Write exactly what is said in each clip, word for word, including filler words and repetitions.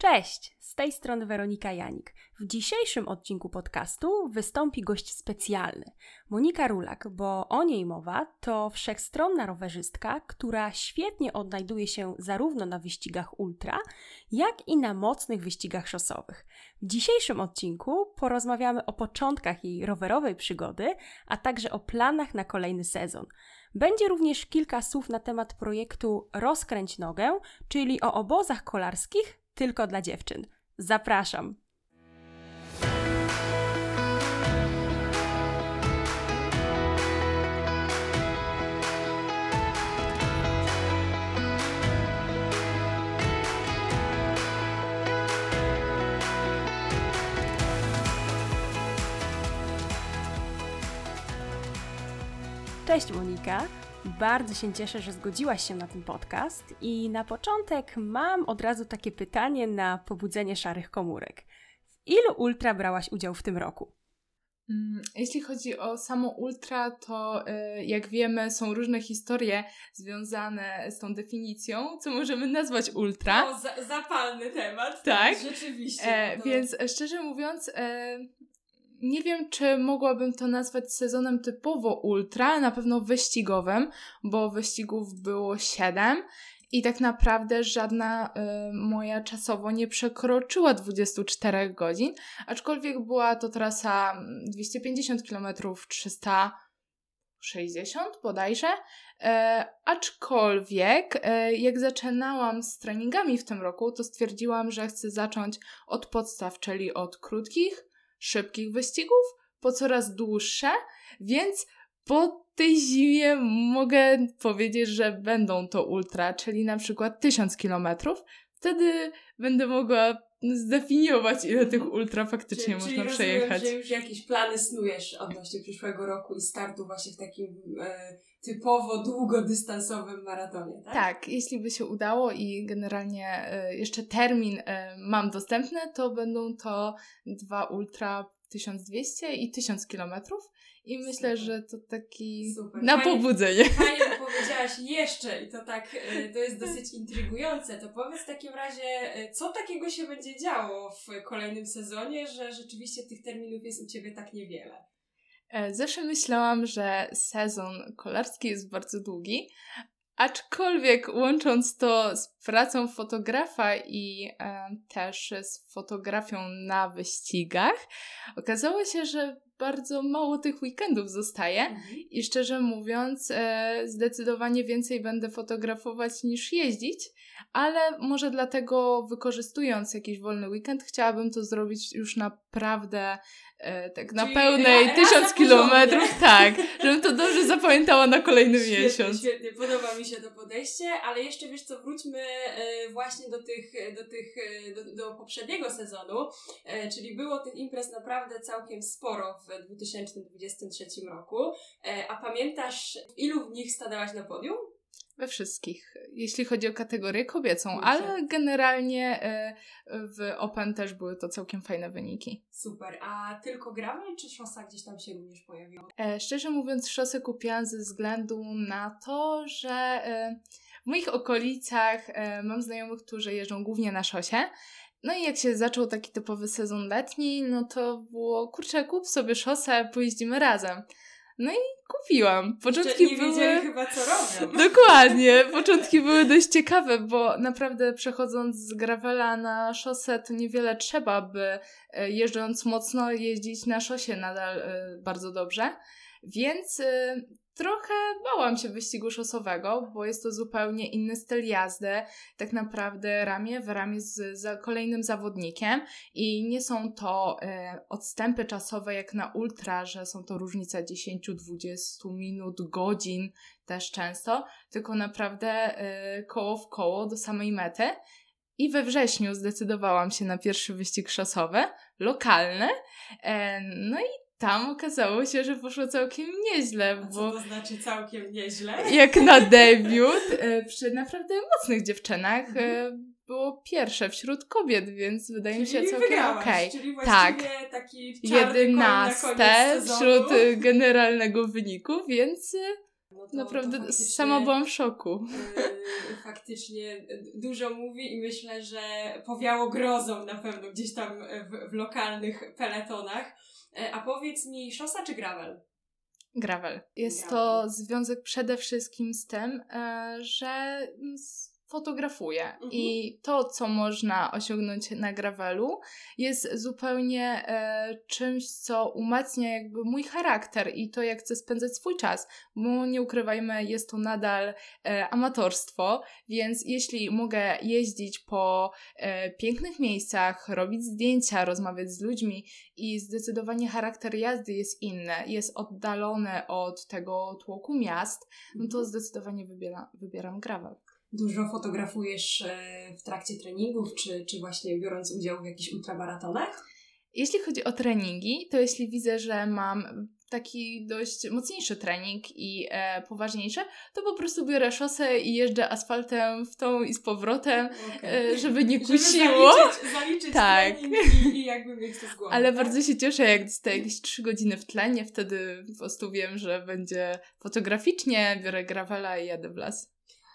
Cześć, z tej strony Weronika Janik. W dzisiejszym odcinku podcastu wystąpi gość specjalny. Monika Rulak, bo o niej mowa, to wszechstronna rowerzystka, która świetnie odnajduje się zarówno na wyścigach ultra, jak i na mocnych wyścigach szosowych. W dzisiejszym odcinku porozmawiamy o początkach jej rowerowej przygody, a także o planach na kolejny sezon. Będzie również kilka słów na temat projektu Rozkręć Nogę, czyli o obozach kolarskich tylko dla dziewczyn. Zapraszam! Cześć Monika! Bardzo się cieszę, że zgodziłaś się na ten podcast i na początek mam od razu takie pytanie na pobudzenie szarych komórek. W ilu ultra brałaś udział w tym roku? Jeśli chodzi o samo ultra, to jak wiemy są różne historie związane z tą definicją, co możemy nazwać ultra. O, za- zapalny temat. Tak, rzeczywiście. E, to... Więc szczerze mówiąc... E, Nie wiem, czy mogłabym to nazwać sezonem typowo ultra, na pewno wyścigowym, bo wyścigów było siedem i tak naprawdę żadna y, moja czasowo nie przekroczyła dwadzieścia cztery godzin, aczkolwiek była to trasa dwieście pięćdziesiąt kilometrów, trzysta sześćdziesiąt bodajże, e, aczkolwiek e, jak zaczynałam z treningami w tym roku, to stwierdziłam, że chcę zacząć od podstaw, czyli od krótkich, szybkich wyścigów, po coraz dłuższe, więc po tej zimie mogę powiedzieć, że będą to ultra, czyli na przykład tysiąc kilometrów. Wtedy będę mogła zdefiniować, ile tych ultra faktycznie czyli, można czyli przejechać. Rozumiem, że już jakieś plany snujesz odnośnie przyszłego roku i startu właśnie w takim e, typowo długodystansowym maratonie, tak? Tak, jeśli by się udało i generalnie y, jeszcze termin y, mam dostępny, to będą to dwa ultra tysiąc dwieście i tysiąc kilometrów i Super. Myślę, że to taki Super. na Fajnie, pobudzenie. Fajnie, że powiedziałaś jeszcze i to tak, e, to jest dosyć intrygujące. To powiedz w takim razie, e, co takiego się będzie działo w kolejnym sezonie, że rzeczywiście tych terminów jest u Ciebie tak niewiele? Zawsze myślałam, że sezon kolarski jest bardzo długi, aczkolwiek łącząc to z pracą fotografa i e, też z fotografią na wyścigach, okazało się, że bardzo mało tych weekendów zostaje Mhm. i szczerze mówiąc e, zdecydowanie więcej będę fotografować niż jeździć, ale może dlatego wykorzystując jakiś wolny weekend chciałabym to zrobić już naprawdę e, tak na Czyli pełnej ra- tysiąc raz na kilometrów, porządek. tak, żebym to dobrze zapamiętała na kolejny Świetnie, miesiąc. świetnie, podoba mi się to podejście, ale jeszcze wiesz co, wróćmy e, właśnie do tych, do tych, e, do, do poprzedniego sezonu, e, czyli było tych imprez naprawdę całkiem sporo w dwa tysiące dwudziestym trzecim roku, e, a pamiętasz, w ilu w nich stanęłaś na podium? We wszystkich, jeśli chodzi o kategorię kobiecą, Kurczę. ale generalnie e, w Open też były to całkiem fajne wyniki. Super, a tylko gravel czy szosa gdzieś tam się również pojawiło? E, szczerze mówiąc, szosę kupiłam ze względu na to, że e, w moich okolicach e, mam znajomych, którzy jeżdżą głównie na szosie. No i jak się zaczął taki typowy sezon letni, no to było, kurczę, kup sobie szosę, pojeździmy razem. No i kupiłam. Początki Jeszcze nie były... wiedzieli chyba co robią. Dokładnie. Początki były dość ciekawe, bo naprawdę przechodząc z gravela na szosę to niewiele trzeba, by e, jeżdżąc mocno jeździć na szosie nadal e, bardzo dobrze. Więc e, trochę bałam się wyścigu szosowego, bo jest to zupełnie inny styl jazdy. Tak naprawdę ramię w ramię z za kolejnym zawodnikiem i nie są to e, odstępy czasowe jak na ultra, że są to różnice dziesięć dwadzieścia minut, godzin też często, tylko naprawdę e, koło w koło do samej mety. I we wrześniu zdecydowałam się na pierwszy wyścig szosowy, lokalny. E, no i tam okazało się, że poszło całkiem nieźle. A bo co to znaczy całkiem nieźle? Jak na debiut, e, przy naprawdę mocnych dziewczynach e, było pierwsze wśród kobiet, więc wydaje mi się Czyli całkiem wygrałaś, okej. czyli Tak, właściwie taki czarny koń na jedenaste koniec sezonu. wśród e, generalnego wyniku, więc e, No to, Naprawdę to faktycznie, sama byłam w szoku. Yy, faktycznie dużo mówi i myślę, że powiało grozą na pewno gdzieś tam w, w lokalnych peletonach. Yy, a powiedz mi, szosa czy gravel? Gravel. Jest Gravel. to związek przede wszystkim z tym, e, że fotografuję Mhm. i to, co można osiągnąć na gravelu, jest zupełnie e, czymś, co umacnia jakby mój charakter i to, jak chcę spędzać swój czas, bo nie ukrywajmy, jest to nadal e, amatorstwo, więc jeśli mogę jeździć po e, pięknych miejscach, robić zdjęcia, rozmawiać z ludźmi i zdecydowanie charakter jazdy jest inny, jest oddalony od tego tłoku miast, no to zdecydowanie wybiera, wybieram gravel. Dużo fotografujesz w trakcie treningów, czy, czy właśnie biorąc udział w jakichś ultramaratonach? Jeśli chodzi o treningi, to jeśli widzę, że mam taki dość mocniejszy trening i e, poważniejszy, to po prostu biorę szosę i jeżdżę asfaltem w tą i z powrotem, okay. e, żeby nie kusiło. Żeby zaliczyć, zaliczyć tak. trening i, i jakby mieć to z głowy. Ale tak? bardzo się cieszę, jak dostaję jakieś trzy godziny w tlenie, wtedy po prostu wiem, że będzie fotograficznie, biorę gravela i jadę w las.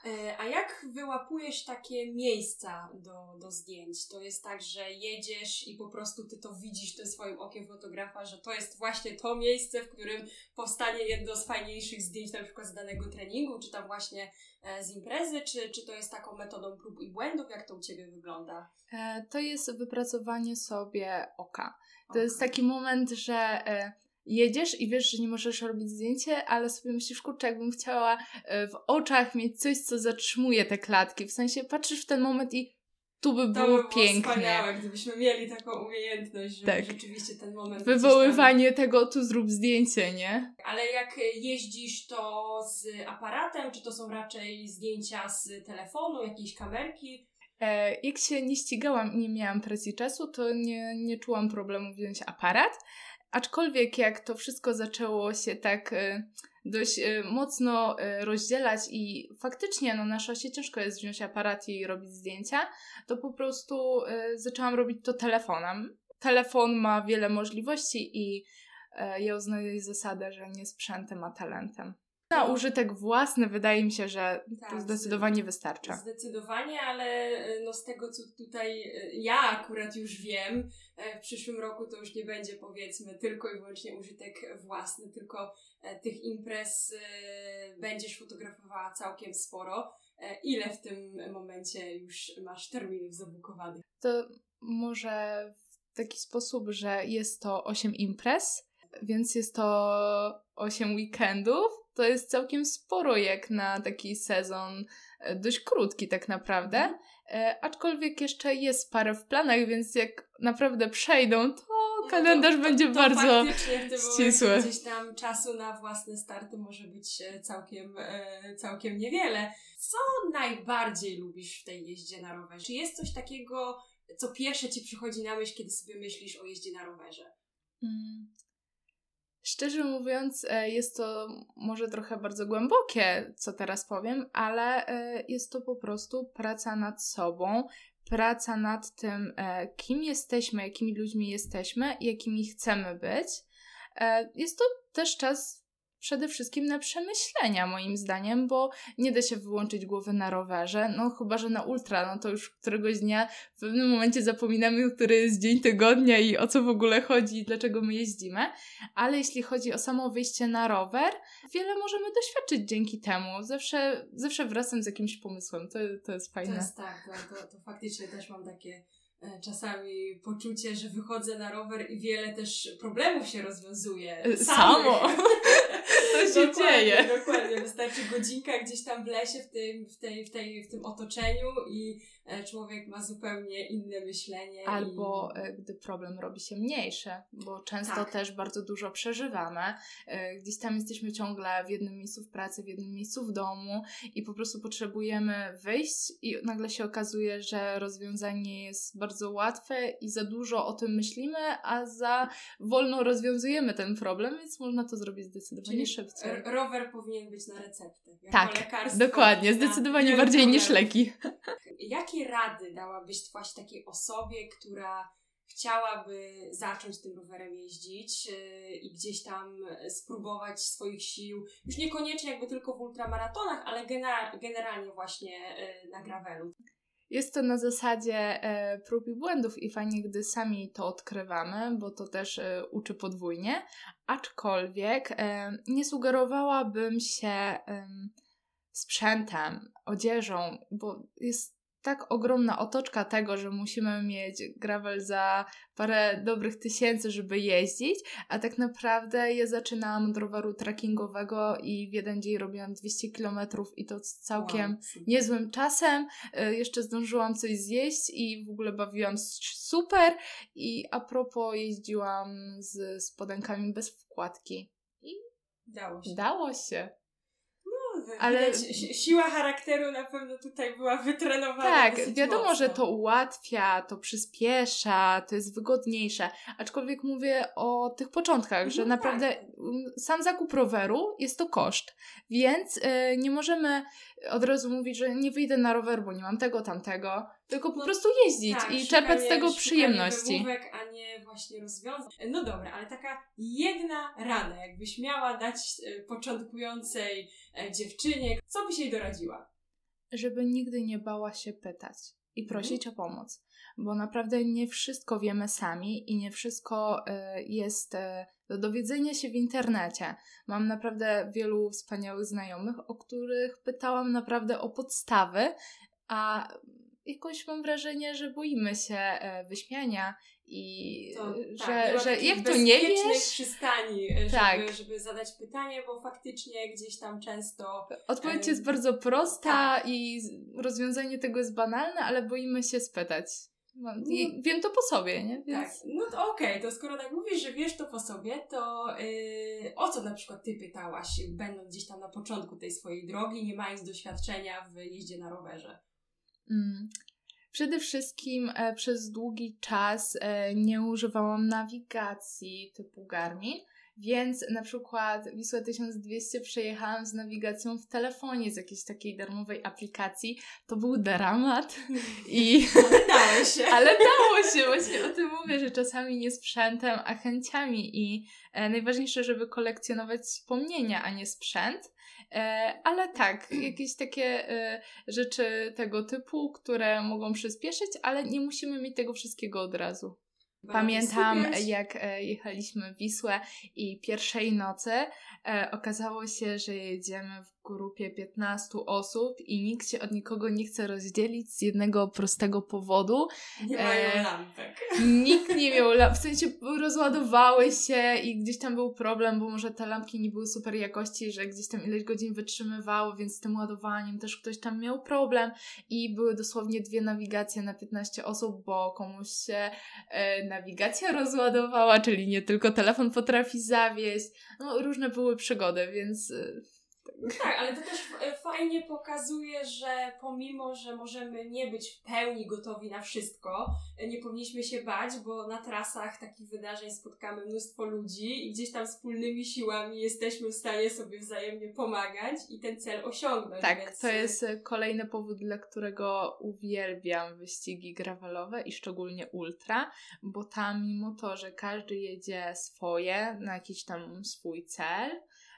A jak wyłapujesz takie miejsca do, do zdjęć? To jest tak, że jedziesz i po prostu ty to widzisz tym swoim okiem fotografa, że to jest właśnie to miejsce, w którym powstanie jedno z fajniejszych zdjęć na przykład z danego treningu, czy tam właśnie z imprezy, czy, czy to jest taką metodą prób i błędów? Jak to u Ciebie wygląda? E, to jest wypracowanie sobie oka. To okay. jest taki moment, że... E, jedziesz i wiesz, że nie możesz robić zdjęcie, ale sobie myślisz, kurczę, jakbym chciała w oczach mieć coś, co zatrzymuje te klatki. W sensie patrzysz w ten moment i tu by było, to by było pięknie. Wspaniałe, gdybyśmy mieli taką umiejętność, że tak. rzeczywiście ten moment... Wywoływanie tam... tego, tu zrób zdjęcie, nie? Ale jak jeździsz to z aparatem, czy to są raczej zdjęcia z telefonu, jakiejś kamerki? E, jak się nie ścigałam i nie miałam presji czasu, to nie, nie czułam problemu wziąć aparat. Aczkolwiek jak to wszystko zaczęło się tak y, dość y, mocno y, rozdzielać i faktycznie no, na szosie ciężko jest wziąć aparat i robić zdjęcia, to po prostu y, zaczęłam robić to telefonem. Telefon ma wiele możliwości i y, ja uznaję zasadę, że nie sprzętem, a talentem. Na użytek własny wydaje mi się, że tak, to zdecydowanie wystarcza. Zdecydowanie, ale no z tego, co tutaj ja akurat już wiem, w przyszłym roku to już nie będzie, powiedzmy, tylko i wyłącznie użytek własny, tylko tych imprez będziesz fotografowała całkiem sporo. Ile w tym momencie już masz terminów zabukowanych? To może w taki sposób, że jest to osiem imprez, więc jest to osiem weekendów. To jest całkiem sporo jak na taki sezon dość krótki tak naprawdę, mm. e, aczkolwiek jeszcze jest parę w planach, więc jak naprawdę przejdą, to no kalendarz to, to, będzie to bardzo faktycznie w tym ścisły. momencie gdzieś tam czasu na własne starty może być całkiem, e, całkiem niewiele. Co najbardziej lubisz w tej jeździe na rowerze? Czy jest coś takiego, co pierwsze Ci przychodzi na myśl, kiedy sobie myślisz o jeździe na rowerze? Mm. Szczerze mówiąc, jest to może trochę bardzo głębokie, co teraz powiem, ale jest to po prostu praca nad sobą, praca nad tym, kim jesteśmy, jakimi ludźmi jesteśmy i jakimi chcemy być. Jest to też czas przede wszystkim na przemyślenia, moim zdaniem, bo nie da się wyłączyć głowy na rowerze, no chyba, że na ultra, no to już któregoś dnia w pewnym momencie zapominamy, który jest dzień tygodnia i o co w ogóle chodzi i dlaczego my jeździmy, ale jeśli chodzi o samo wyjście na rower, wiele możemy doświadczyć dzięki temu. Zawsze, zawsze wracam z jakimś pomysłem, to, to jest fajne. To jest tak, to, to, to faktycznie też mam takie czasami poczucie, że wychodzę na rower i wiele też problemów się rozwiązuje. Samo! To się dokładnie, dzieje. Dokładnie, wystarczy godzinka gdzieś tam w lesie, w tym, w tej, w tej, w tym otoczeniu i człowiek ma zupełnie inne myślenie. Albo i... gdy problem robi się mniejszy, bo często tak. też bardzo dużo przeżywamy. Gdzieś tam jesteśmy ciągle w jednym miejscu w pracy, w jednym miejscu w domu i po prostu potrzebujemy wyjść i nagle się okazuje, że rozwiązanie jest bardzo łatwe i za dużo o tym myślimy, a za wolno rozwiązujemy ten problem, więc można to zrobić zdecydowanie Czyli szybciej. R- rower powinien być na receptę. Tak, dokładnie, zdecydowanie bardziej niż leki. Jakie rady dałabyś właśnie takiej osobie, która chciałaby zacząć tym rowerem jeździć yy, i gdzieś tam spróbować swoich sił, już niekoniecznie jakby tylko w ultramaratonach, ale gener- generalnie właśnie yy, na gravelu. Jest to na zasadzie e, prób i błędów i fajnie, gdy sami to odkrywamy, bo to też e, uczy podwójnie, aczkolwiek e, nie sugerowałabym się e, sprzętem, odzieżą, bo jest tak ogromna otoczka tego, że musimy mieć gravel za parę dobrych tysięcy, żeby jeździć, a tak naprawdę ja zaczynałam od roweru trekkingowego i w jeden dzień robiłam dwieście kilometrów i to z całkiem wow, niezłym czasem. Jeszcze zdążyłam coś zjeść i w ogóle bawiłam super. I a propos jeździłam z spodenkami bez wkładki. I dało się. Dało się. Ale si- siła charakteru na pewno tutaj była wytrenowana. Tak, wiadomo, mocno. że to ułatwia, to przyspiesza, to jest wygodniejsze. Aczkolwiek mówię o tych początkach, że no naprawdę tak. sam zakup roweru jest to koszt. Więc yy, nie możemy od razu mówić, że nie wyjdę na rower, bo nie mam tego, tamtego. Tylko po no, prostu jeździć tak, i szukanie, czerpać z tego przyjemności. Wymówek, a nie właśnie rozwiązań. No dobra, ale taka jedna rada, jakbyś miała dać e, początkującej e, dziewczynie, co byś jej doradziła? Żeby nigdy nie bała się pytać i prosić mhm. o pomoc. Bo naprawdę nie wszystko wiemy sami i nie wszystko y, jest y, do dowiedzenia się w internecie. Mam naprawdę wielu wspaniałych znajomych, o których pytałam naprawdę o podstawy, a jakoś mam wrażenie, że boimy się e, wyśmiania i to, że, tak, że jak to nie wiesz... przystani, żeby, tak. żeby zadać pytanie, bo faktycznie gdzieś tam często... Odpowiedź jest bardzo prosta tak. i rozwiązanie tego jest banalne, ale boimy się spytać. No, i wiem to po sobie, nie? Więc... Tak, no to okej, okay. To skoro tak mówisz, że wiesz to po sobie, to yy, o co na przykład ty pytałaś, będąc gdzieś tam na początku tej swojej drogi, nie mając doświadczenia w jeździe na rowerze? Mm. Przede wszystkim e, przez długi czas e, nie używałam nawigacji typu Garmin, więc na przykład Wisłę tysiąc dwieście przejechałam z nawigacją w telefonie, z jakiejś takiej darmowej aplikacji. To był dramat. I... Ale dało się. Ale dało się, właśnie o tym mówię, że czasami nie sprzętem, a chęciami i e, najważniejsze, żeby kolekcjonować wspomnienia, a nie sprzęt. E, ale tak, jakieś takie e, rzeczy tego typu, które mogą przyspieszyć, ale nie musimy mieć tego wszystkiego od razu. Pamiętam, jak e, jechaliśmy w Wisłę i pierwszej nocy e, okazało się, że jedziemy w grupie piętnastu osób i nikt się od nikogo nie chce rozdzielić z jednego prostego powodu. Nie mają e, lampek. Nikt nie miał lampek, w sensie rozładowały się i gdzieś tam był problem, bo może te lampki nie były super jakości, że gdzieś tam ileś godzin wytrzymywało, więc z tym ładowaniem też ktoś tam miał problem i były dosłownie dwie nawigacje na piętnaście osób, bo komuś się e, nawigacja rozładowała, czyli nie tylko telefon potrafi zawieść. No różne były przygody, więc... E, tak, ale to też fajnie pokazuje, że pomimo, że możemy nie być w pełni gotowi na wszystko, nie powinniśmy się bać, bo na trasach takich wydarzeń spotkamy mnóstwo ludzi i gdzieś tam wspólnymi siłami jesteśmy w stanie sobie wzajemnie pomagać i ten cel osiągnąć. Tak, więc... to jest kolejny powód, dla którego uwielbiam wyścigi gravelowe i szczególnie ultra, bo tam mimo to, że każdy jedzie swoje, na jakiś tam swój cel,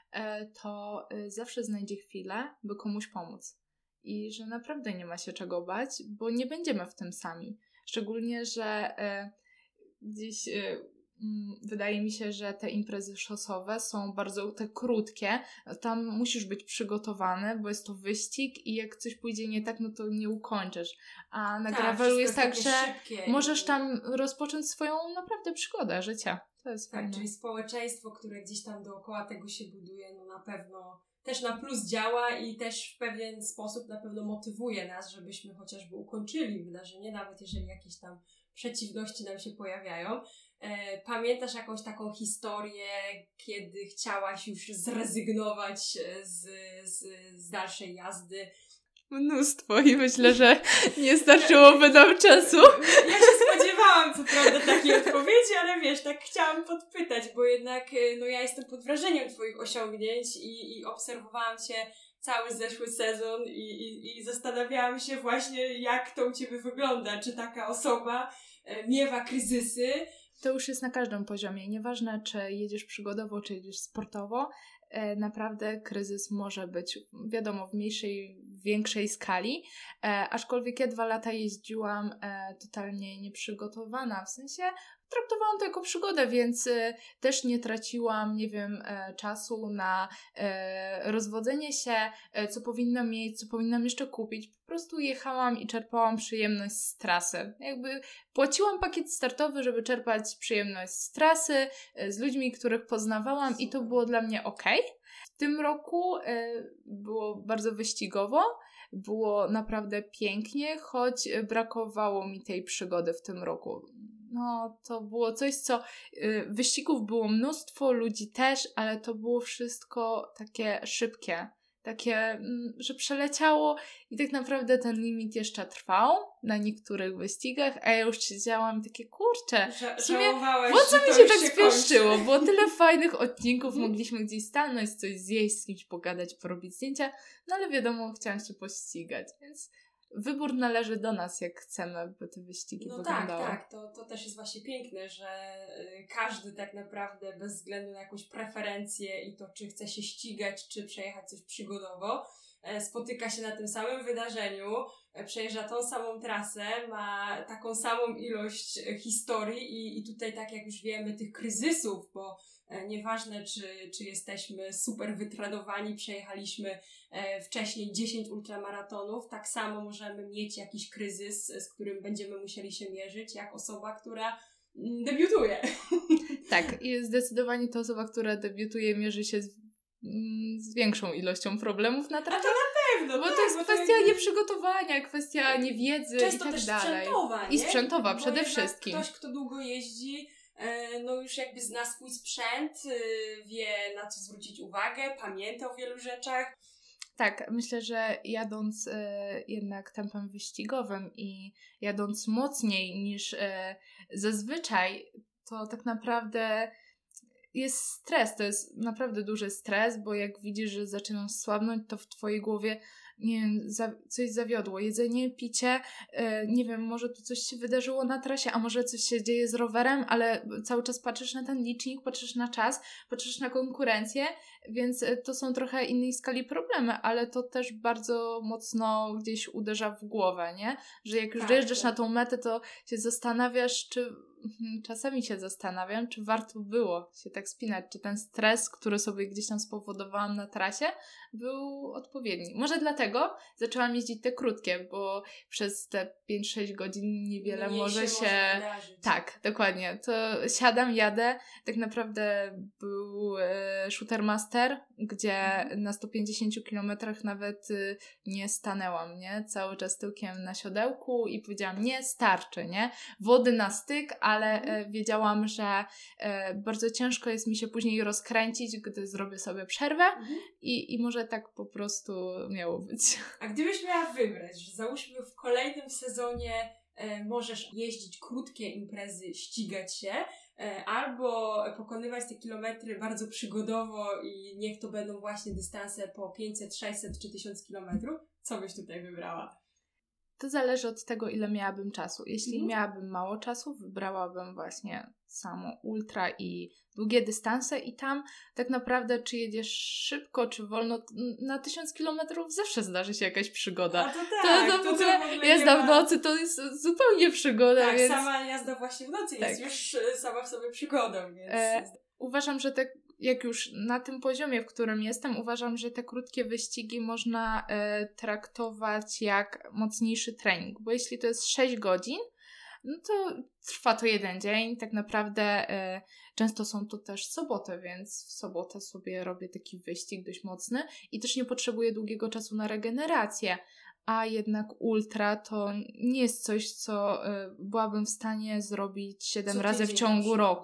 to zawsze znajdzie chwilę, by komuś pomóc. I że naprawdę nie ma się czego bać, bo nie będziemy w tym sami. Szczególnie, że e, gdzieś e, m, wydaje mi się, że te imprezy szosowe są bardzo te krótkie. Tam musisz być przygotowany, bo jest to wyścig i jak coś pójdzie nie tak, no to nie ukończysz. A na tak, gravelu jest tak, że możesz tam rozpocząć swoją naprawdę przygodę życia. To jest tak, fajne. czyli społeczeństwo, które gdzieś tam dookoła tego się buduje, no na pewno też na plus działa i też w pewien sposób na pewno motywuje nas, żebyśmy chociażby ukończyli wydarzenie, nawet jeżeli jakieś tam przeciwności nam się pojawiają. E, pamiętasz jakąś taką historię, kiedy chciałaś już zrezygnować z, z, z dalszej jazdy? Mnóstwo i myślę, że nie starczyłoby nam czasu. Ja się spodziewałam co prawda takiej odpowiedzi, ale wiesz, tak chciałam podpytać, bo jednak no ja jestem pod wrażeniem twoich osiągnięć i, i obserwowałam cię cały zeszły sezon i, i, i zastanawiałam się właśnie, jak to u Ciebie wygląda. Czy taka osoba e, miewa kryzysy? To już jest na każdym poziomie. Nieważne, czy jedziesz przygodowo, czy jedziesz sportowo. E, naprawdę kryzys może być, wiadomo, w mniejszej, większej skali. E, aczkolwiek ja dwa lata jeździłam e, totalnie nieprzygotowana. W sensie traktowałam to jako przygodę, więc e, też nie traciłam, nie wiem, e, czasu na e, rozwodzenie się, e, co powinnam mieć, co powinnam jeszcze kupić. Po prostu jechałam i czerpałam przyjemność z trasy. Jakby płaciłam pakiet startowy, żeby czerpać przyjemność z trasy, e, z ludźmi, których poznawałam. Super. I to było dla mnie okej. W tym roku e, było bardzo wyścigowo. Było naprawdę pięknie, choć brakowało mi tej przygody w tym roku. No, to było coś, co... Y, wyścigów było mnóstwo, ludzi też, ale to było wszystko takie szybkie. Takie, mm, że przeleciało i tak naprawdę ten limit jeszcze trwał na niektórych wyścigach, a ja już siedziałam takie, kurczę, w sumie po co mi się tak spieszyło? Było tyle fajnych odcinków, mogliśmy gdzieś stanąć, coś zjeść, z kimś pogadać, porobić zdjęcia, no ale wiadomo, chciałam się pościgać, więc wybór należy do nas, jak chcemy, by te wyścigi no wyglądały. Tak, tak, to, to też jest właśnie piękne, że każdy tak naprawdę bez względu na jakąś preferencję i to, czy chce się ścigać, czy przejechać coś przygodowo, spotyka się na tym samym wydarzeniu, przejeżdża tą samą trasę, ma taką samą ilość historii i, i tutaj, tak jak już wiemy, tych kryzysów, bo nieważne, czy, czy jesteśmy super wytrenowani, przejechaliśmy e, wcześniej dziesięć ultramaratonów, tak samo możemy mieć jakiś kryzys, z którym będziemy musieli się mierzyć, jak osoba, która mm, debiutuje. Tak, i zdecydowanie to osoba, która debiutuje, mierzy się z, mm, z większą ilością problemów na trasie. A to na pewno, bo tak, to jest bo kwestia to... nieprzygotowania, kwestia niewiedzy Często i tak też dalej. sprzętowa, nie? I sprzętowa bo przede wszystkim. Ktoś, kto długo jeździ, no już jakby zna swój sprzęt, wie, na co zwrócić uwagę, pamięta o wielu rzeczach. Tak, myślę, że jadąc y, jednak tempem wyścigowym i jadąc mocniej niż y, zazwyczaj, to tak naprawdę jest stres, to jest naprawdę duży stres, bo jak widzisz, że zaczynasz słabnąć, to w twojej głowie nie wiem, za, coś zawiodło, jedzenie, picie, yy, nie wiem, może tu coś się wydarzyło na trasie, a może coś się dzieje z rowerem, ale cały czas patrzysz na ten licznik, patrzysz na czas, patrzysz na konkurencję, więc to są trochę innej skali problemy, ale to też bardzo mocno gdzieś uderza w głowę, nie? Że jak już tak, dojeżdżasz tak. na tą metę, to się zastanawiasz, czy czasami się zastanawiam, czy warto było się tak spinać, czy ten stres, który sobie gdzieś tam spowodowałam na trasie, był odpowiedni. Może dlatego zaczęłam jeździć te krótkie, bo przez te pięć sześć godzin niewiele Mniej może się... się... Może wydarzyć. Tak, dokładnie. To siadam, jadę. Tak naprawdę był e, Shootermaster, gdzie mhm. na sto pięćdziesięciu kilometrach nawet y, nie stanęłam, nie? Cały czas tyłkiem na siodełku i powiedziałam, nie, starczy, nie? Wody na styk, ale e, wiedziałam, że e, bardzo ciężko jest mi się później rozkręcić, gdy zrobię sobie przerwę mhm. i, i może tak po prostu miało być. A gdybyś miała wybrać, że załóżmy w kolejnym sezonie e, możesz jeździć krótkie imprezy, ścigać się, e, albo pokonywać te kilometry bardzo przygodowo i niech to będą właśnie dystanse po pięćset, sześćset czy tysiąc kilometrów, co byś tutaj wybrała? To zależy od tego, ile miałabym czasu. Jeśli mhm. miałabym mało czasu, wybrałabym właśnie samo ultra i długie dystanse i tam tak naprawdę czy jedziesz szybko, czy wolno, na tysiąc kilometrów zawsze zdarzy się jakaś przygoda. A to tak. To, to, to, w ogóle, to w ogóle jazda ma... w nocy to jest zupełnie przygoda. Tak, więc... sama jazda właśnie w nocy tak. jest już sama w sobie przygodą, więc... E, uważam, że te jak już na tym poziomie, w którym jestem, uważam, że te krótkie wyścigi można e, traktować jak mocniejszy trening, bo jeśli to jest sześć godzin, no to trwa to jeden dzień, tak naprawdę e, często są to też soboty, więc w sobotę sobie robię taki wyścig dość mocny i też nie potrzebuję długiego czasu na regenerację, a jednak ultra to nie jest coś, co y, byłabym w stanie zrobić siedem razy w ciągu roku. Tak.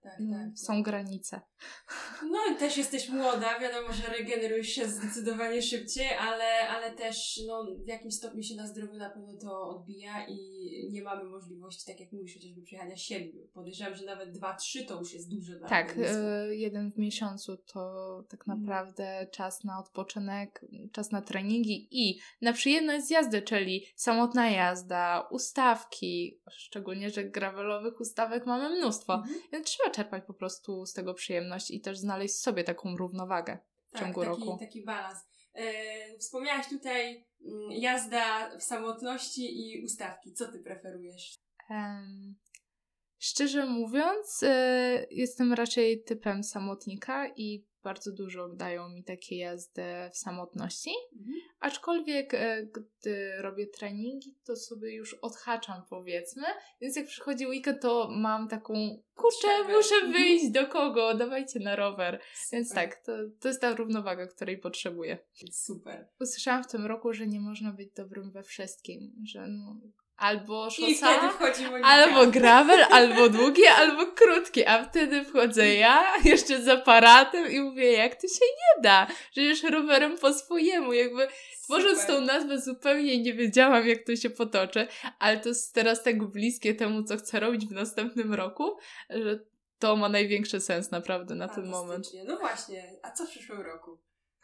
tak, mm, tak, są tak. granice. No i też jesteś młoda, wiadomo, że regenerujesz się zdecydowanie szybciej, ale, ale też no, w jakimś stopniu się na zdrowiu na pewno to odbija i nie mamy możliwości, tak jak mówisz, chociażby przyjechania siedmiu. Podejrzewam, że nawet dwa, trzy to już jest dużo dla Tak, organizmu. y, jeden w miesiącu to tak naprawdę czas na odpoczynek, czas na treningi i na przyjemność z jazdy, czyli samotna jazda, ustawki, szczególnie, że gravelowych ustawek mamy mnóstwo, Mhm. więc trzeba czerpać po prostu z tego przyjemność i też znaleźć sobie taką równowagę w Tak, ciągu taki, roku. taki balans. E, wspomniałaś tutaj mm, jazda w samotności i ustawki. Co ty preferujesz? Um, szczerze mówiąc, y, jestem raczej typem samotnika i bardzo dużo dają mi takie jazdy w samotności. Mhm. Aczkolwiek, e, gdy robię treningi, to sobie już odhaczam, powiedzmy. Więc jak przychodzi weekend, to mam taką, kurczę, Potrzebę. muszę Mhm. wyjść do kogo, dawajcie na rower. Super. Więc tak, to, to jest ta równowaga, której potrzebuję. Super. Usłyszałam w tym roku, że nie można być dobrym we wszystkim, że no, albo I wtedy szosa, wchodzi Monika. albo gravel, albo długie, albo krótkie, a wtedy wchodzę ja, jeszcze z aparatem i mówię, jak to się nie da, że już rowerem po swojemu, jakby tworząc Super. tą nazwę zupełnie nie wiedziałam, jak to się potoczy, ale to jest teraz tak bliskie temu, co chcę robić w następnym roku, że to ma największy sens naprawdę na ten moment. Fantastycznie. No właśnie, a co w przyszłym roku?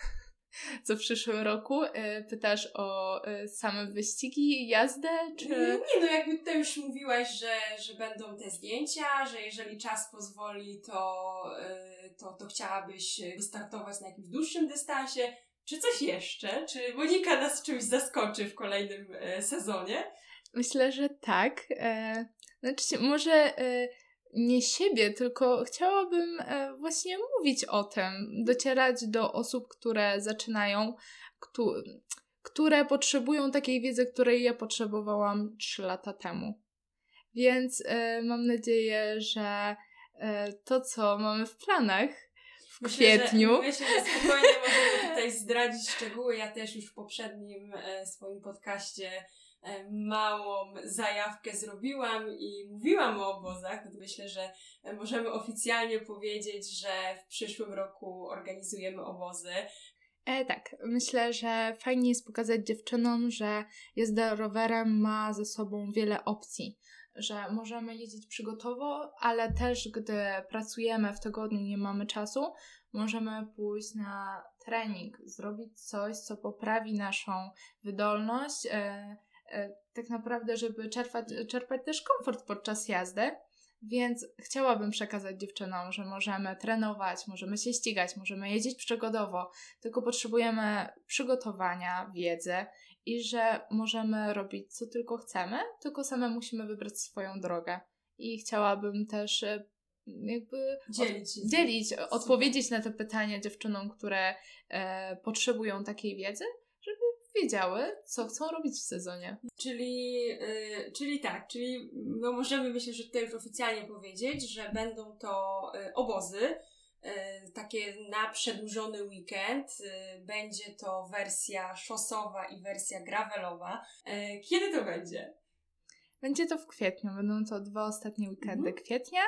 Co w przyszłym roku? E, Pytasz o e, same wyścigi, jazdę, czy... Nie, no jakby tutaj już mówiłaś, że, że będą te zdjęcia, że jeżeli czas pozwoli, to, yy, to, to chciałabyś wystartować na jakimś dłuższym dystansie. Czy coś jeszcze? Czy Monika nas czymś zaskoczy w kolejnym e, sezonie? Myślę, że tak. E, znaczy się, może e, nie siebie, tylko chciałabym e, właśnie mówić o tym, docierać do osób, które zaczynają, któ- które potrzebują takiej wiedzy, której ja potrzebowałam trzy lata temu. Więc e, mam nadzieję, że e, to, co mamy w planach w Myślę, kwietniu... Że, myślę, że spokojnie możemy tutaj zdradzić szczegóły. Ja też już w poprzednim e, swoim podcaście e, małą zajawkę zrobiłam i mówiłam o obozach. No to myślę, że e, możemy oficjalnie powiedzieć, że w przyszłym roku organizujemy obozy. E, tak, myślę, że fajnie jest pokazać dziewczynom, że jazda rowerem ma ze sobą wiele opcji, że możemy jeździć przygotowo, ale też gdy pracujemy w tygodniu, nie mamy czasu, możemy pójść na trening, zrobić coś, co poprawi naszą wydolność, e, e, tak naprawdę, żeby czerpać, czerpać też komfort podczas jazdy. Więc chciałabym przekazać dziewczynom, że możemy trenować, możemy się ścigać, możemy jeździć przygodowo, tylko potrzebujemy przygotowania, wiedzy i że możemy robić co tylko chcemy, tylko same musimy wybrać swoją drogę. I chciałabym też e, jakby Dzielić się. od, dzielić odpowiedzieć na te pytania dziewczynom, które e, potrzebują takiej wiedzy, żeby wiedziały, co chcą robić w sezonie. Czyli, yy, czyli tak, czyli no możemy myślę, że tutaj już oficjalnie powiedzieć, że będą to y, obozy, y, takie na przedłużony weekend. Y, będzie to wersja szosowa i wersja gravelowa. Y, kiedy to będzie? Będzie to w kwietniu, będą to dwa ostatnie weekendy Mhm. kwietnia,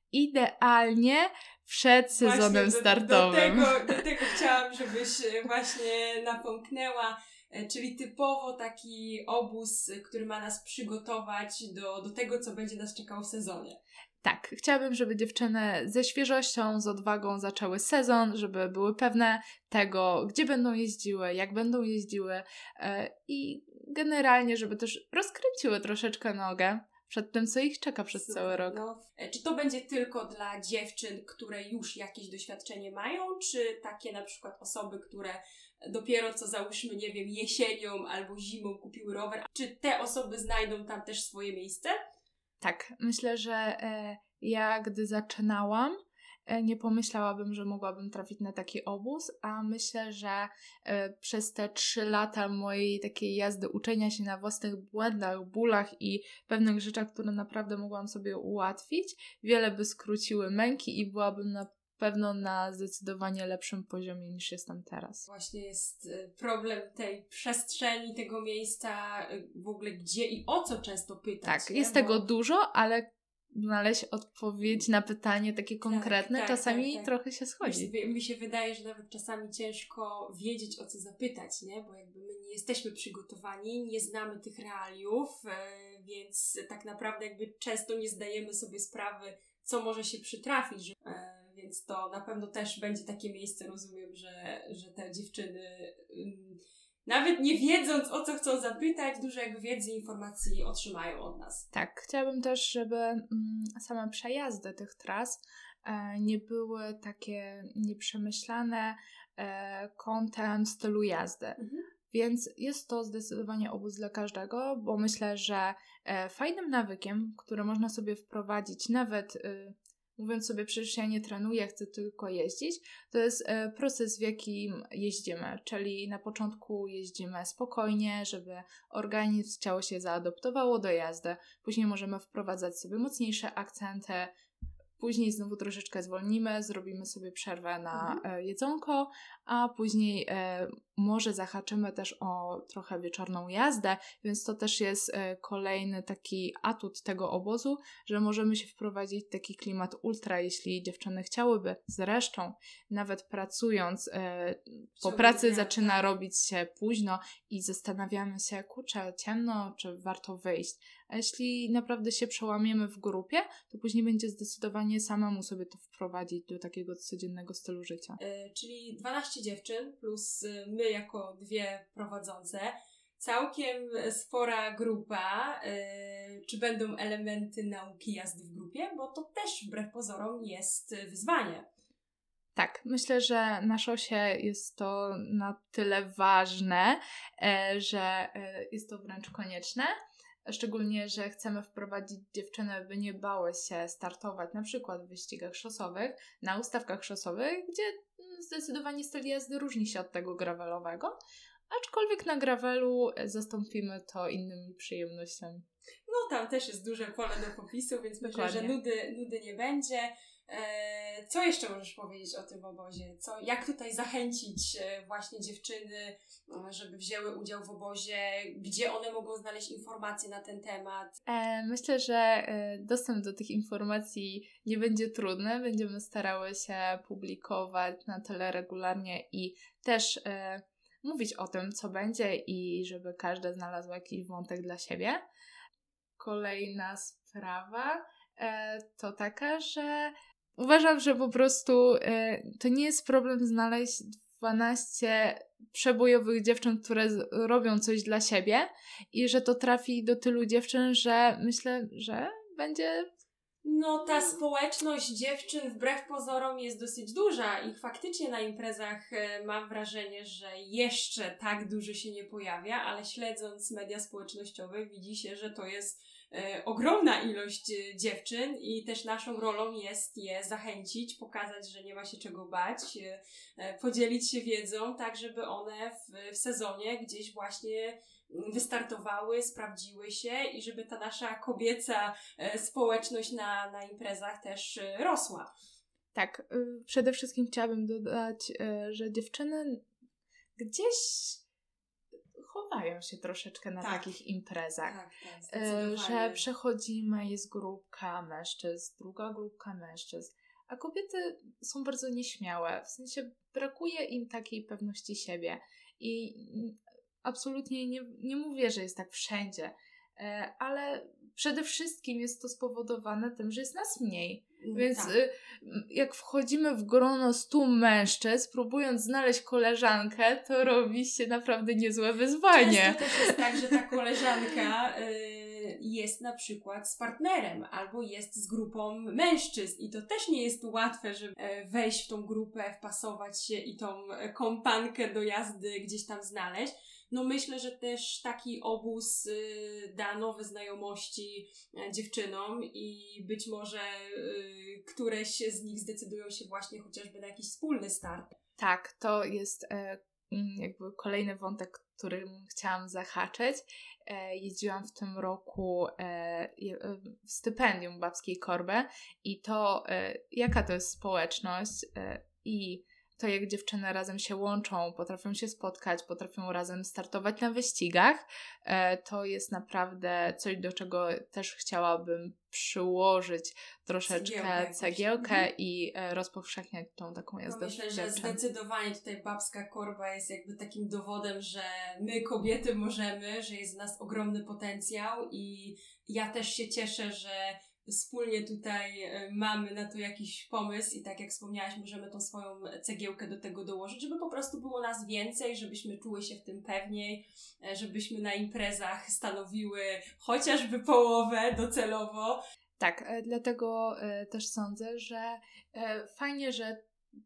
idealnie przed sezonem Właśnie do, startowym. Do tego, do tego chciałam, żebyś y, właśnie napomknęła. Czyli typowo taki obóz, który ma nas przygotować do, do tego, co będzie nas czekało w sezonie. Tak, chciałabym, żeby dziewczyny ze świeżością, z odwagą zaczęły sezon, żeby były pewne tego, gdzie będą jeździły, jak będą jeździły yy, i generalnie, żeby też rozkręciły troszeczkę nogę przed tym, co ich czeka przez Super. cały rok. No, czy to będzie tylko dla dziewczyn, które już jakieś doświadczenie mają, czy takie na przykład osoby, które dopiero co załóżmy, nie wiem, jesienią albo zimą kupiły rower, czy te osoby znajdą tam też swoje miejsce? Tak, myślę, że e, ja gdy zaczynałam, e, nie pomyślałabym, że mogłabym trafić na taki obóz, a myślę, że e, przez te trzy lata mojej takiej jazdy, uczenia się na własnych błędach, bólach i pewnych rzeczach, które naprawdę mogłam sobie ułatwić, wiele by skróciły męki i byłabym na pewno na zdecydowanie lepszym poziomie niż jestem teraz. Właśnie jest problem tej przestrzeni, tego miejsca, w ogóle gdzie i o co często pytać. Tak, nie? jest Bo... tego dużo, ale znaleźć odpowiedź na pytanie takie konkretne, tak, tak, czasami tak, tak. trochę się schodzi. Mi, mi się wydaje, że nawet czasami ciężko wiedzieć, o co zapytać, nie? Bo jakby my nie jesteśmy przygotowani, nie znamy tych realiów, e, więc tak naprawdę jakby często nie zdajemy sobie sprawy, co może się przytrafić, że, e, więc to na pewno też będzie takie miejsce, rozumiem, że, że te dziewczyny ym, nawet nie wiedząc, o co chcą zapytać, dużo jakby wiedzy i informacji otrzymają od nas. Tak, chciałabym też, żeby mm, same przejazdy tych tras e, nie były takie nieprzemyślane e, kątem stylu jazdy. Mhm. Więc jest to zdecydowanie obóz dla każdego, bo myślę, że e, fajnym nawykiem, który można sobie wprowadzić nawet y, mówiąc sobie, przecież ja nie trenuję, chcę tylko jeździć, to jest e, proces, w jakim jeździmy, czyli na początku jeździmy spokojnie, żeby organizm, ciało się zaadoptowało do jazdy, później możemy wprowadzać sobie mocniejsze akcenty, później znowu troszeczkę zwolnimy, zrobimy sobie przerwę na mhm. e, jedzonko, a później e, może zahaczymy też o trochę wieczorną jazdę, więc to też jest e, kolejny taki atut tego obozu, że możemy się wprowadzić w taki klimat ultra, jeśli dziewczyny chciałyby. Zresztą nawet pracując, e, po pracy zaczyna robić się późno i zastanawiamy się, kurczę, ciemno, czy warto wyjść. A jeśli naprawdę się przełamiemy w grupie, to później będzie zdecydowanie samemu sobie to wprowadzić do takiego codziennego stylu życia. Yy, czyli dwanaście dziewczyn plus my jako dwie prowadzące. Całkiem spora grupa. Yy, czy będą elementy nauki jazdy w grupie? Bo to też wbrew pozorom jest wyzwanie. Tak, myślę, że na szosie jest to na tyle ważne, że jest to wręcz konieczne. Szczególnie, że chcemy wprowadzić dziewczyny, by nie bały się startować na przykład w wyścigach szosowych, na ustawkach szosowych, gdzie zdecydowanie styl jazdy różni się od tego gravelowego, aczkolwiek na gravelu zastąpimy to innymi przyjemnościami. No tam też jest duże pole do popisu, więc Dokładnie. Myślę, że nudy, nudy nie będzie. Eee, co jeszcze możesz powiedzieć o tym obozie? Co, jak tutaj zachęcić e, właśnie dziewczyny, żeby wzięły udział w obozie? Gdzie one mogą znaleźć informacje na ten temat? E, myślę, że e, dostęp do tych informacji nie będzie trudny. Będziemy starały się publikować na tyle regularnie i też e, mówić o tym, co będzie i żeby każda znalazła jakiś wątek dla siebie. Kolejna sprawa e, to taka, że uważam, że po prostu e, to nie jest problem znaleźć dwanaście przebojowych dziewczyn, które z- robią coś dla siebie i że to trafi do tylu dziewczyn, że myślę, że będzie... No ta społeczność dziewczyn wbrew pozorom jest dosyć duża i faktycznie na imprezach e, mam wrażenie, że jeszcze tak dużo się nie pojawia, ale śledząc media społecznościowe widzi się, że to jest e, ogromna ilość e, dziewczyn i też naszą rolą jest je zachęcić, pokazać, że nie ma się czego bać, e, e, podzielić się wiedzą, tak żeby one w, w sezonie gdzieś właśnie wystartowały, sprawdziły się i żeby ta nasza kobieca e, społeczność na, na imprezach też e, rosła. Tak, y, przede wszystkim chciałabym dodać, y, że dziewczyny gdzieś chowają się troszeczkę na tak. takich imprezach. Tak, tak, y, że przechodzimy, jest grupka mężczyzn, druga grupka mężczyzn, a kobiety są bardzo nieśmiałe, w sensie brakuje im takiej pewności siebie i absolutnie nie, nie mówię, że jest tak wszędzie, ale przede wszystkim jest to spowodowane tym, że jest nas mniej. Więc tak. jak wchodzimy w grono stu mężczyzn, próbując znaleźć koleżankę, to robi się naprawdę niezłe wyzwanie. Często też jest tak, że ta koleżanka y, jest na przykład z partnerem albo jest z grupą mężczyzn i to też nie jest łatwe, żeby wejść w tą grupę, wpasować się i tą kompankę do jazdy gdzieś tam znaleźć. No myślę, że też taki obóz y, da nowe znajomości y, dziewczynom i być może y, któreś z nich zdecydują się właśnie chociażby na jakiś wspólny start. Tak, to jest e, jakby kolejny wątek, którym chciałam zahaczyć. E, jeździłam w tym roku e, w stypendium Babskiej Korby i to e, jaka to jest społeczność e, i to jak dziewczyny razem się łączą, potrafią się spotkać, potrafią razem startować na wyścigach, to jest naprawdę coś, do czego też chciałabym przyłożyć troszeczkę cegiełkę, cegiełkę i rozpowszechniać tą taką jazdę. No myślę, że zdecydowanie tutaj babska korba jest jakby takim dowodem, że my kobiety możemy, że jest w nas ogromny potencjał i ja też się cieszę, że wspólnie tutaj mamy na to jakiś pomysł i tak jak wspomniałaś, możemy tą swoją cegiełkę do tego dołożyć, żeby po prostu było nas więcej, żebyśmy czuły się w tym pewniej, żebyśmy na imprezach stanowiły chociażby połowę docelowo. Tak, dlatego też sądzę, że fajnie, że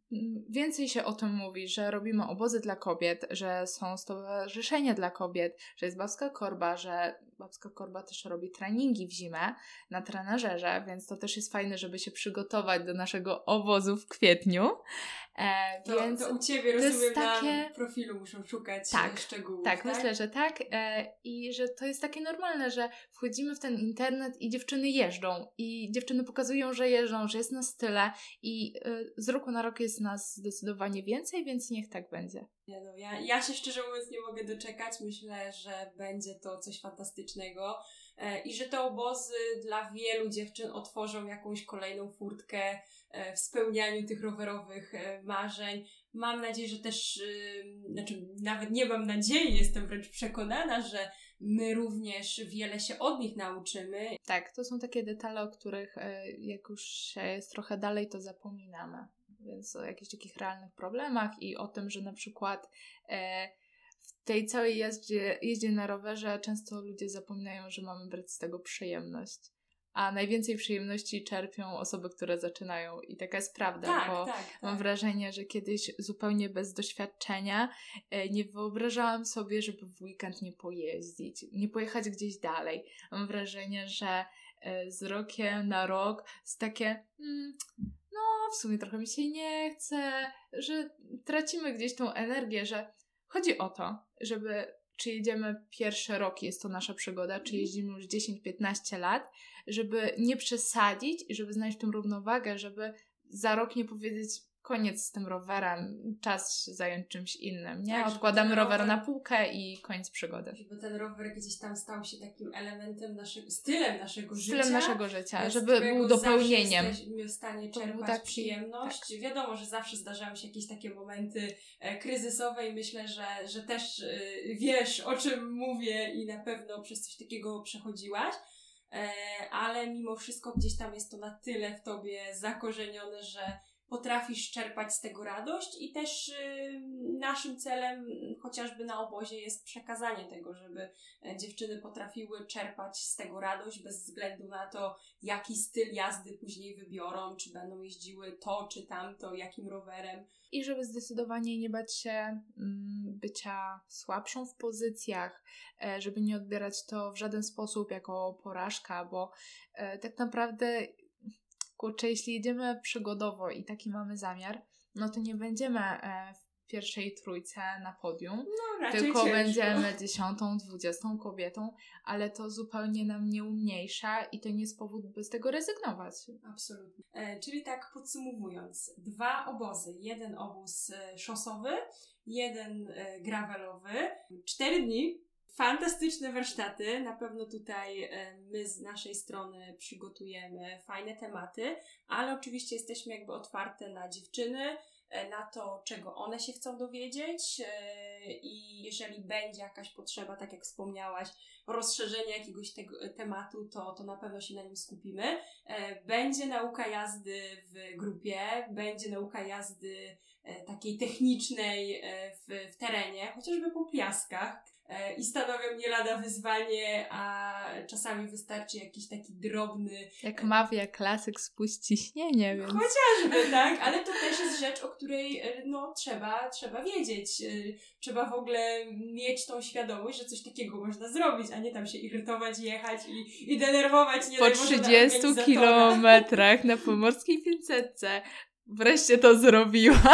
więcej się o tym mówi, że robimy obozy dla kobiet, że są stowarzyszenia dla kobiet, że jest babska korba, że babska korba też robi treningi w zimę na trenażerze, więc to też jest fajne, żeby się przygotować do naszego obozu w kwietniu. E, to, więc to u Ciebie, rozumiem, takie... na profilu muszą szukać tak, szczegółów. Tak, tak, myślę, że tak. E, I że to jest takie normalne, że wchodzimy w ten internet i dziewczyny jeżdżą i dziewczyny pokazują, że jeżdżą, że jest nas tyle i e, z roku na rok jest nas zdecydowanie więcej, więc niech tak będzie. Nie no, ja, ja się szczerze mówiąc nie mogę doczekać. Myślę, że będzie to coś fantastycznego e, i że te obozy dla wielu dziewczyn otworzą jakąś kolejną furtkę e, w spełnianiu tych rowerowych e, marzeń. Mam nadzieję, że też, e, znaczy nawet nie mam nadziei, jestem wręcz przekonana, że my również wiele się od nich nauczymy. Tak, to są takie detale, o których e, jak już się jest trochę dalej, to zapominamy. Więc o jakichś takich realnych problemach i o tym, że na przykład e, w tej całej jeździe, jeździe na rowerze często ludzie zapominają, że mamy brać z tego przyjemność. A najwięcej przyjemności czerpią osoby, które zaczynają. I taka jest prawda, tak, bo tak, tak. mam wrażenie, że kiedyś zupełnie bez doświadczenia e, nie wyobrażałam sobie, żeby w weekend nie pojeździć, nie pojechać gdzieś dalej. Mam wrażenie, że e, z rokiem na rok jest takie... Mm, no, w sumie trochę mi się nie chce, że tracimy gdzieś tą energię, że chodzi o to, żeby czy jedziemy pierwszy rok, jest to nasza przygoda, czy jeździmy już dziesięć piętnaście lat, żeby nie przesadzić i żeby znaleźć tą równowagę, żeby za rok nie powiedzieć koniec z tym rowerem, czas się zająć czymś innym, nie? Tak, odkładamy rower, rower na półkę i koniec przygody. Żeby ten rower gdzieś tam stał się takim elementem naszego, stylem naszego stylem życia. Stylem naszego życia, żeby był dopełnieniem. Jesteśmy w stanie czerpać taki, przyjemność. Tak. Wiadomo, że zawsze zdarzają się jakieś takie momenty e, kryzysowe i myślę, że, że też e, wiesz, o czym mówię i na pewno przez coś takiego przechodziłaś. E, ale mimo wszystko gdzieś tam jest to na tyle w tobie zakorzenione, że potrafisz czerpać z tego radość i też y, naszym celem chociażby na obozie jest przekazanie tego, żeby dziewczyny potrafiły czerpać z tego radość bez względu na to, jaki styl jazdy później wybiorą, czy będą jeździły to, czy tamto, jakim rowerem. I żeby zdecydowanie nie bać się mm, bycia słabszą w pozycjach, e, żeby nie odbierać to w żaden sposób jako porażka, bo e, tak naprawdę kurczę, jeśli jedziemy przygodowo i taki mamy zamiar, no to nie będziemy e, w pierwszej trójce na podium, no, tylko ciężko. Będziemy dziesiątą, dwudziestą kobietą, ale to zupełnie nam nie umniejsza i to nie jest powód, by z tego rezygnować. Absolutnie. E, czyli tak podsumowując, dwa obozy. Jeden obóz e, szosowy, jeden e, gravelowy, cztery dni. Fantastyczne warsztaty, na pewno tutaj e, my z naszej strony przygotujemy fajne tematy, ale oczywiście jesteśmy jakby otwarte na dziewczyny, e, na to, czego one się chcą dowiedzieć e, i jeżeli będzie jakaś potrzeba, tak jak wspomniałaś, rozszerzenia jakiegoś tego tematu, to, to na pewno się na nim skupimy. E, będzie nauka jazdy w grupie, będzie nauka jazdy e, takiej technicznej e, w, w terenie, chociażby po piaskach. I stanowią nie lada wyzwanie, a czasami wystarczy jakiś taki drobny... Jak mawia klasyk, spuść ciśnienie, więc... Chociażby, tak, ale to też jest rzecz, o której no trzeba, trzeba wiedzieć. Trzeba w ogóle mieć tą świadomość, że coś takiego można zrobić, a nie tam się irytować, jechać i, i denerwować. Nie po trzydziestu kilometrach na pomorskiej pięćsetce wreszcie to zrobiła.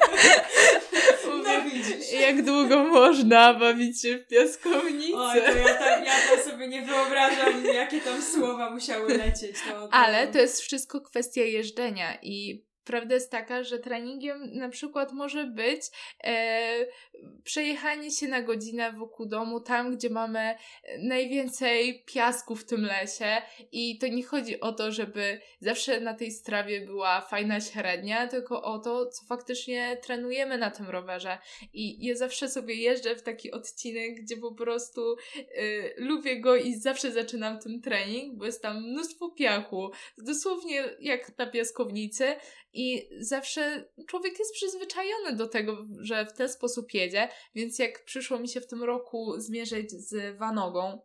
No widzisz. Jak długo można bawić się w piaskownicy? Oj, to ja tam, ja tam sobie nie wyobrażam, jakie tam słowa musiały lecieć. To, to... Ale to jest wszystko kwestia jeżdżenia i prawda jest taka, że treningiem na przykład może być e, przejechanie się na godzinę wokół domu, tam gdzie mamy najwięcej piasku w tym lesie i to nie chodzi o to, żeby zawsze na tej strawie była fajna średnia, tylko o to, co faktycznie trenujemy na tym rowerze. I ja zawsze sobie jeżdżę w taki odcinek, gdzie po prostu y, lubię go i zawsze zaczynam ten trening, bo jest tam mnóstwo piachu, dosłownie jak na piaskownicy i zawsze człowiek jest przyzwyczajony do tego, że w ten sposób jedzie, więc jak przyszło mi się w tym roku zmierzyć z Vanogą,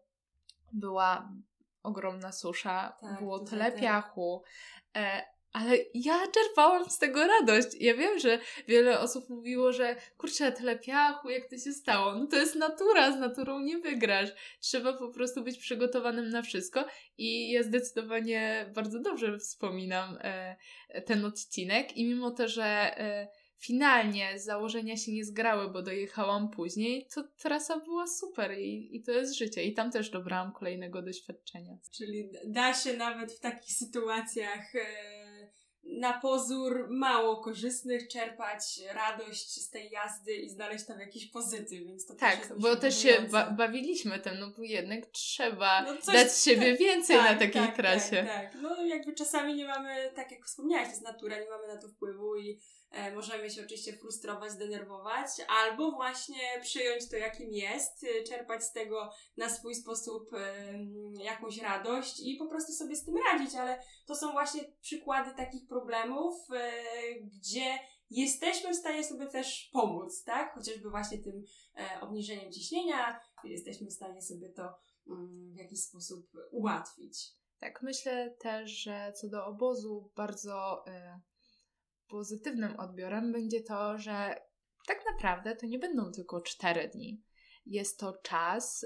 była ogromna susza, tak, było tyle piachu, e, ale ja czerpałam z tego radość. Ja wiem, że wiele osób mówiło, że kurczę, tyle piachu, jak to się stało? No to jest natura, z naturą nie wygrasz. Trzeba po prostu być przygotowanym na wszystko i ja zdecydowanie bardzo dobrze wspominam e, ten odcinek i mimo to, że e, finalnie założenia się nie zgrały, bo dojechałam później, to trasa była super i, i to jest życie. I tam też dobrałam kolejnego doświadczenia. Czyli da się nawet w takich sytuacjach e, na pozór mało korzystnych czerpać radość z tej jazdy i znaleźć tam jakiś pozytyw, więc to tak, też jest bo też się ba- bawiliśmy tym, no bo jednak trzeba no coś, dać z siebie tak, więcej tak, na takiej tak, trasie. Tak, tak, no jakby czasami nie mamy, tak jak wspomniałaś, to jest natura, nie mamy na to wpływu i e, możemy się oczywiście frustrować, zdenerwować, albo właśnie przyjąć to jakim jest, czerpać z tego na swój sposób e, jakąś radość i po prostu sobie z tym radzić, ale to są właśnie przykłady takich problemów, e, gdzie jesteśmy w stanie sobie też pomóc, tak? Chociażby właśnie tym e, obniżeniem ciśnienia, jesteśmy w stanie sobie to mm, w jakiś sposób ułatwić. Tak, myślę też, że co do obozu bardzo y, pozytywnym odbiorem będzie to, że tak naprawdę to nie będą tylko cztery dni. Jest to czas, y,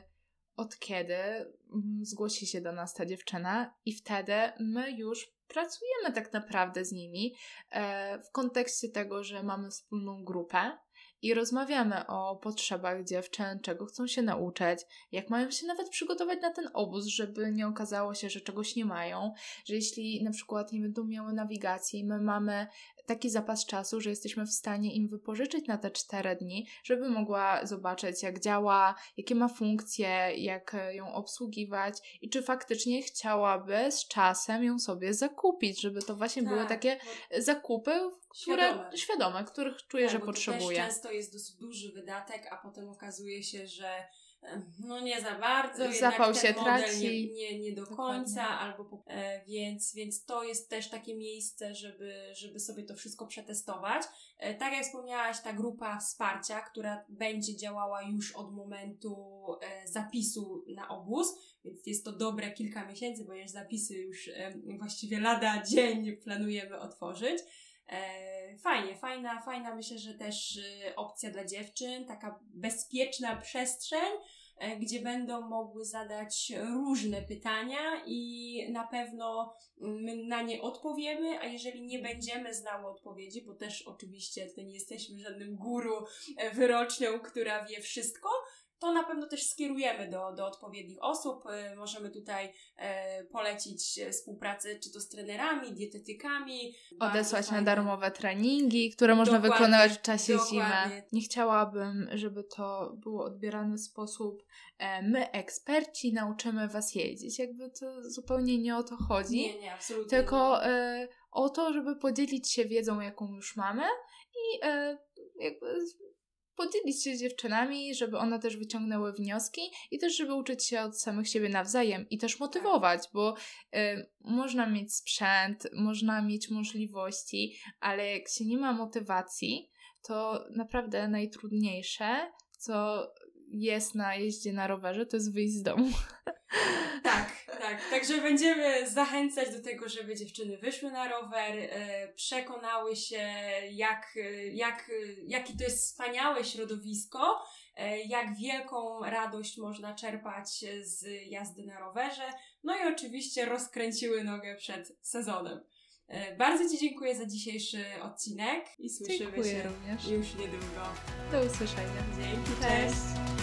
od kiedy y, zgłosi się do nas ta dziewczyna i wtedy my już pracujemy tak naprawdę z nimi e, w kontekście tego, że mamy wspólną grupę i rozmawiamy o potrzebach dziewczyn, czego chcą się nauczyć, jak mają się nawet przygotować na ten obóz, żeby nie okazało się, że czegoś nie mają, że jeśli na przykład nie będą miały nawigacji, my mamy taki zapas czasu, że jesteśmy w stanie im wypożyczyć na te cztery dni, żeby mogła zobaczyć, jak działa, jakie ma funkcje, jak ją obsługiwać i czy faktycznie chciałaby z czasem ją sobie zakupić, żeby to właśnie tak, były takie bo... zakupy, które świadome, świadome których czuje, tak, że bo potrzebuje. To też często jest dosyć duży wydatek, a potem okazuje się, że no nie za bardzo, zapał jednak się ten model traci. Nie, nie, nie do Dokładnie. końca, albo e, więc, więc to jest też takie miejsce, żeby, żeby sobie to wszystko przetestować. E, tak jak wspomniałaś, ta grupa wsparcia, która będzie działała już od momentu e, zapisu na obóz, więc jest to dobre kilka miesięcy, ponieważ zapisy już e, właściwie lada dzień planujemy otworzyć. E, fajnie, fajna, fajna myślę, że też e, opcja dla dziewczyn, taka bezpieczna przestrzeń, e, gdzie będą mogły zadać różne pytania i na pewno my na nie odpowiemy, a jeżeli nie będziemy znały odpowiedzi, bo też oczywiście tutaj nie jesteśmy żadnym guru, e, wyrocznią, która wie wszystko, to na pewno też skierujemy do, do odpowiednich osób. E, możemy tutaj e, polecić współpracę czy to z trenerami, dietetykami. Odesłać na darmowe treningi, które można dokładnie, wykonywać w czasie dokładnie. zimy. Nie chciałabym, żeby to było odbierane w sposób e, my, eksperci, nauczymy was jeździć. Jakby to zupełnie nie o to chodzi. Nie, nie, absolutnie. Tylko e, o to, żeby podzielić się wiedzą, jaką już mamy i e, jakby... podzielić się z dziewczynami, żeby one też wyciągnęły wnioski i też, żeby uczyć się od samych siebie nawzajem i też motywować, bo y, można mieć sprzęt, można mieć możliwości, ale jak się nie ma motywacji, to naprawdę najtrudniejsze, co jest na jeździe na rowerze, to jest wyjść z domu. Tak, tak. Także będziemy zachęcać do tego, żeby dziewczyny wyszły na rower, e, przekonały się, jak, jak, jakie to jest wspaniałe środowisko, e, jak wielką radość można czerpać z jazdy na rowerze, no i oczywiście rozkręciły nogę przed sezonem. E, bardzo Ci dziękuję za dzisiejszy odcinek i słyszymy dziękuję się również. już niedługo. Do usłyszenia. Dzięki, cześć. cześć.